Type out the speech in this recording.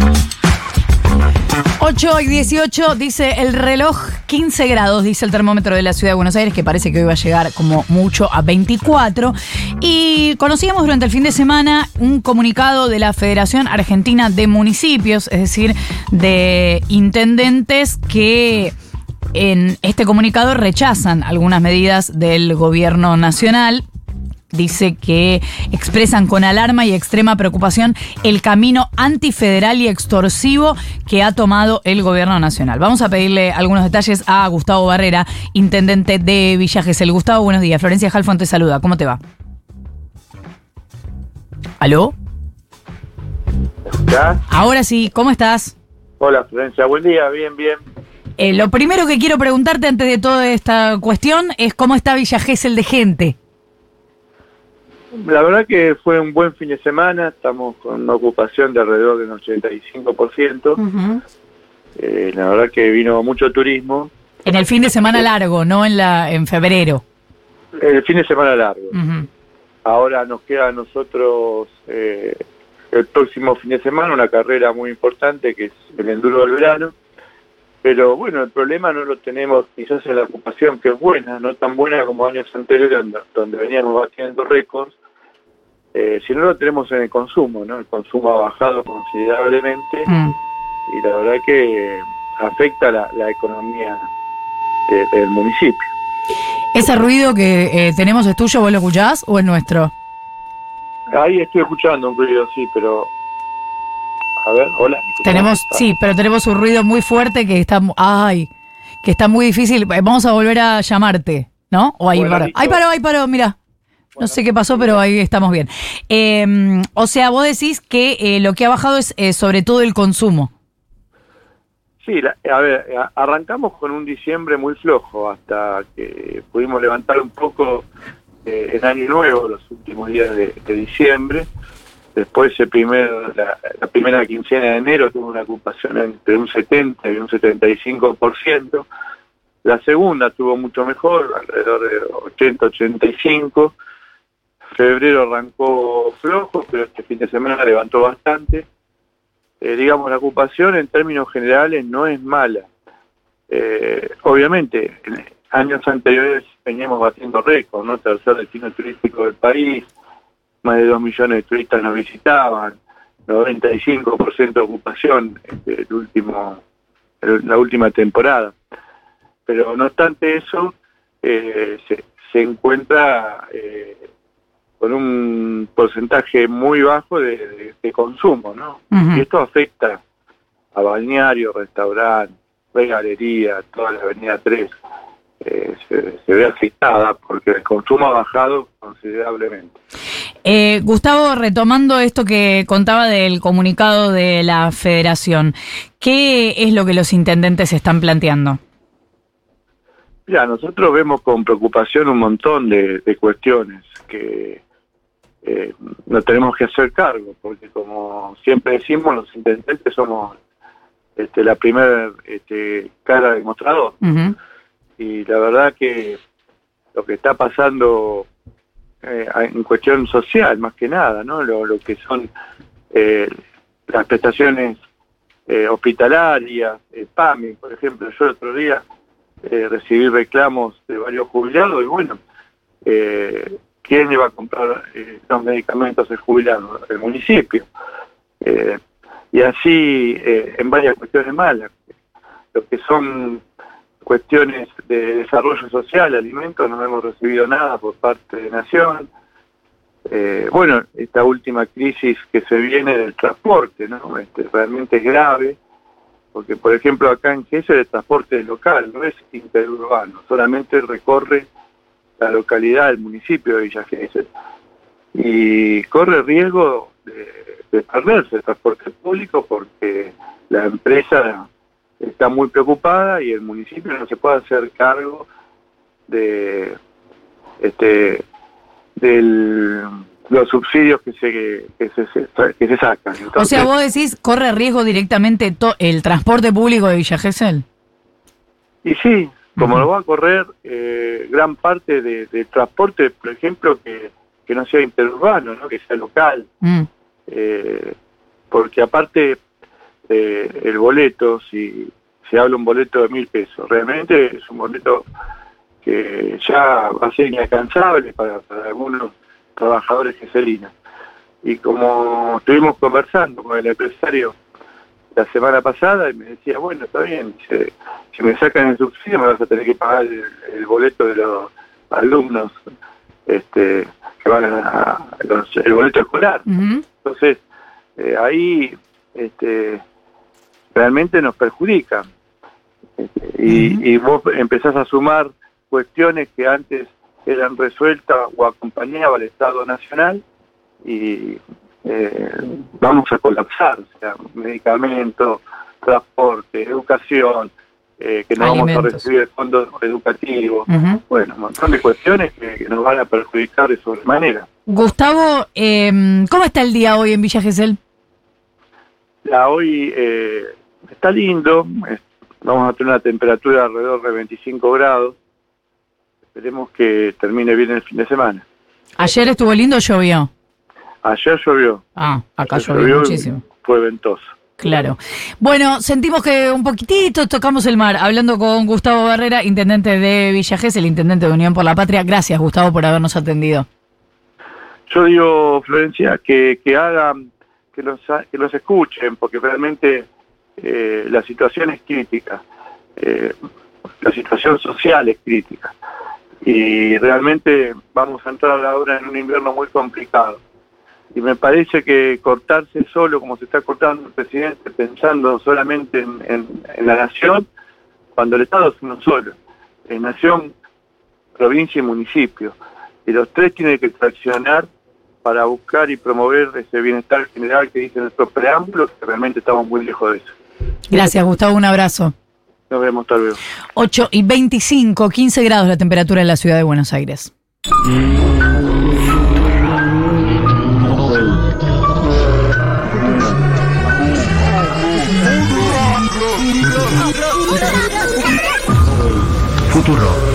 8:18, dice el reloj, 15 grados, dice el termómetro de la ciudad de Buenos Aires, que parece que hoy va a llegar como mucho a 24. Y conocíamos durante el fin de semana un comunicado de la Federación Argentina de Municipios, es decir, de intendentes que en este comunicado rechazan algunas medidas del gobierno nacional. Dice que expresan con alarma y extrema preocupación el camino antifederal y extorsivo que ha tomado el gobierno nacional. Vamos a pedirle algunos detalles a Gustavo Barrera, intendente de Villa Gesell. Gustavo, buenos días. Florencia Halfon te saluda. ¿Cómo te va? ¿Aló? ¿Ya? Ahora sí, ¿cómo estás? Hola, Florencia. Buen día. Bien, bien. Lo primero que quiero preguntarte antes de toda esta cuestión es cómo está Villa Gesell de gente. La verdad que fue un buen fin de semana, estamos con una ocupación de alrededor del 85%. Uh-huh. La verdad que vino mucho turismo. En el fin de semana largo, no en febrero. El fin de semana largo. Uh-huh. Ahora nos queda a nosotros el próximo fin de semana una carrera muy importante que es el enduro del verano. Pero bueno, el problema no lo tenemos quizás en la ocupación, que es buena, no tan buena como años anteriores donde veníamos batiendo récords, sino lo tenemos en el consumo, ¿no? El consumo ha bajado considerablemente y la verdad que afecta la economía del municipio. ¿Ese ruido que tenemos es tuyo, vos lo escuchás o es nuestro? Ahí estoy escuchando un ruido, sí, pero... A ver, hola. Tenemos un ruido muy fuerte que está muy difícil. Vamos a volver a llamarte, ¿no? O ahí bueno, paró. Ahí paró, mira. Bueno, no sé qué pasó, pero ahí estamos bien. O sea, vos decís que lo que ha bajado es sobre todo el consumo. Sí, arrancamos con un diciembre muy flojo hasta que pudimos levantar un poco en Año Nuevo, los últimos días de diciembre. Después la primera quincena de enero tuvo una ocupación entre un 70 y un 75%. La segunda tuvo mucho mejor, alrededor de 80-85%. Febrero arrancó flojo, pero este fin de semana levantó bastante. Digamos, la ocupación en términos generales no es mala. Obviamente, en años anteriores veníamos batiendo récords, ¿no? Tercer destino turístico del país. Más de 2 millones de turistas nos visitaban, 95% de ocupación la última temporada. Pero no obstante eso, se encuentra con un porcentaje muy bajo de consumo, ¿no? Uh-huh. Y esto afecta a balneario, restaurante, galería, toda la avenida 3. Se ve afectada porque el consumo ha bajado considerablemente. Gustavo, retomando esto que contaba del comunicado de la Federación, ¿qué es lo que los intendentes están planteando? Ya, nosotros vemos con preocupación un montón de cuestiones que nos tenemos que hacer cargo, porque como siempre decimos, los intendentes somos la primera cara del mostrador. Uh-huh. Y la verdad que lo que está pasando en cuestión social, más que nada, ¿no? Lo que son las prestaciones hospitalarias, PAMI, por ejemplo. Yo el otro día recibí reclamos de varios jubilados y bueno, ¿quién iba a comprar los medicamentos del jubilado? El municipio. Y así en varias cuestiones malas. Lo que son cuestiones de desarrollo social, alimentos, no hemos recibido nada por parte de Nación. Bueno, esta última crisis que se viene del transporte, ¿no? Realmente es grave, porque por ejemplo acá en Gesell el transporte es local, no es interurbano, solamente recorre la localidad del municipio de Villa Gesell. Y corre riesgo de perderse el transporte público porque la empresa está muy preocupada y el municipio no se puede hacer cargo de los subsidios que se sacan. Entonces, o sea, vos decís, ¿corre riesgo directamente el transporte público de Villa Gesell? Y sí, como lo va a correr gran parte del transporte, por ejemplo, que no sea interurbano, ¿no? Que sea local. Porque aparte el boleto, si se habla un boleto de 1.000 pesos. Realmente es un boleto que ya va a ser inalcanzable para algunos trabajadores geselinos. Y como estuvimos conversando con el empresario la semana pasada, y me decía, bueno, está bien, si me sacan el subsidio me vas a tener que pagar el boleto de los alumnos, que van el boleto escolar. Uh-huh. Entonces, ahí realmente nos perjudica. Y vos empezás a sumar cuestiones que antes eran resueltas o acompañaba al Estado Nacional y vamos a colapsar, o sea, medicamentos, transporte, educación, que no alimentos. Vamos a recibir fondos educativos, uh-huh. Bueno, un montón de cuestiones que nos van a perjudicar de sobremanera. Gustavo, ¿cómo está el día hoy en Villa Gesell? Hoy está lindo, vamos a tener una temperatura alrededor de 25 grados, esperemos que termine bien el fin de semana. ¿Ayer estuvo lindo o llovió? Ayer llovió. Acá llovió muchísimo. Fue ventoso. Claro. Bueno, sentimos que un poquitito tocamos el mar, hablando con Gustavo Barrera, intendente de Villa Gesell, intendente de Unión por la Patria. Gracias, Gustavo, por habernos atendido. Yo digo, Florencia, que hagan, que los escuchen, porque realmente la situación es crítica, la situación social es crítica, y realmente vamos a entrar ahora en un invierno muy complicado. Y me parece que cortarse solo, como se está cortando el presidente, pensando solamente en la nación, cuando el Estado es uno solo, es nación, provincia y municipio. Y los tres tienen que traccionar para buscar y promover ese bienestar general que dice nuestro preámbulo, que realmente estamos muy lejos de eso. Gracias, Gustavo, un abrazo. Nos vemos, hasta luego. 8:25, 15 grados la temperatura en la ciudad de Buenos Aires. Futuro.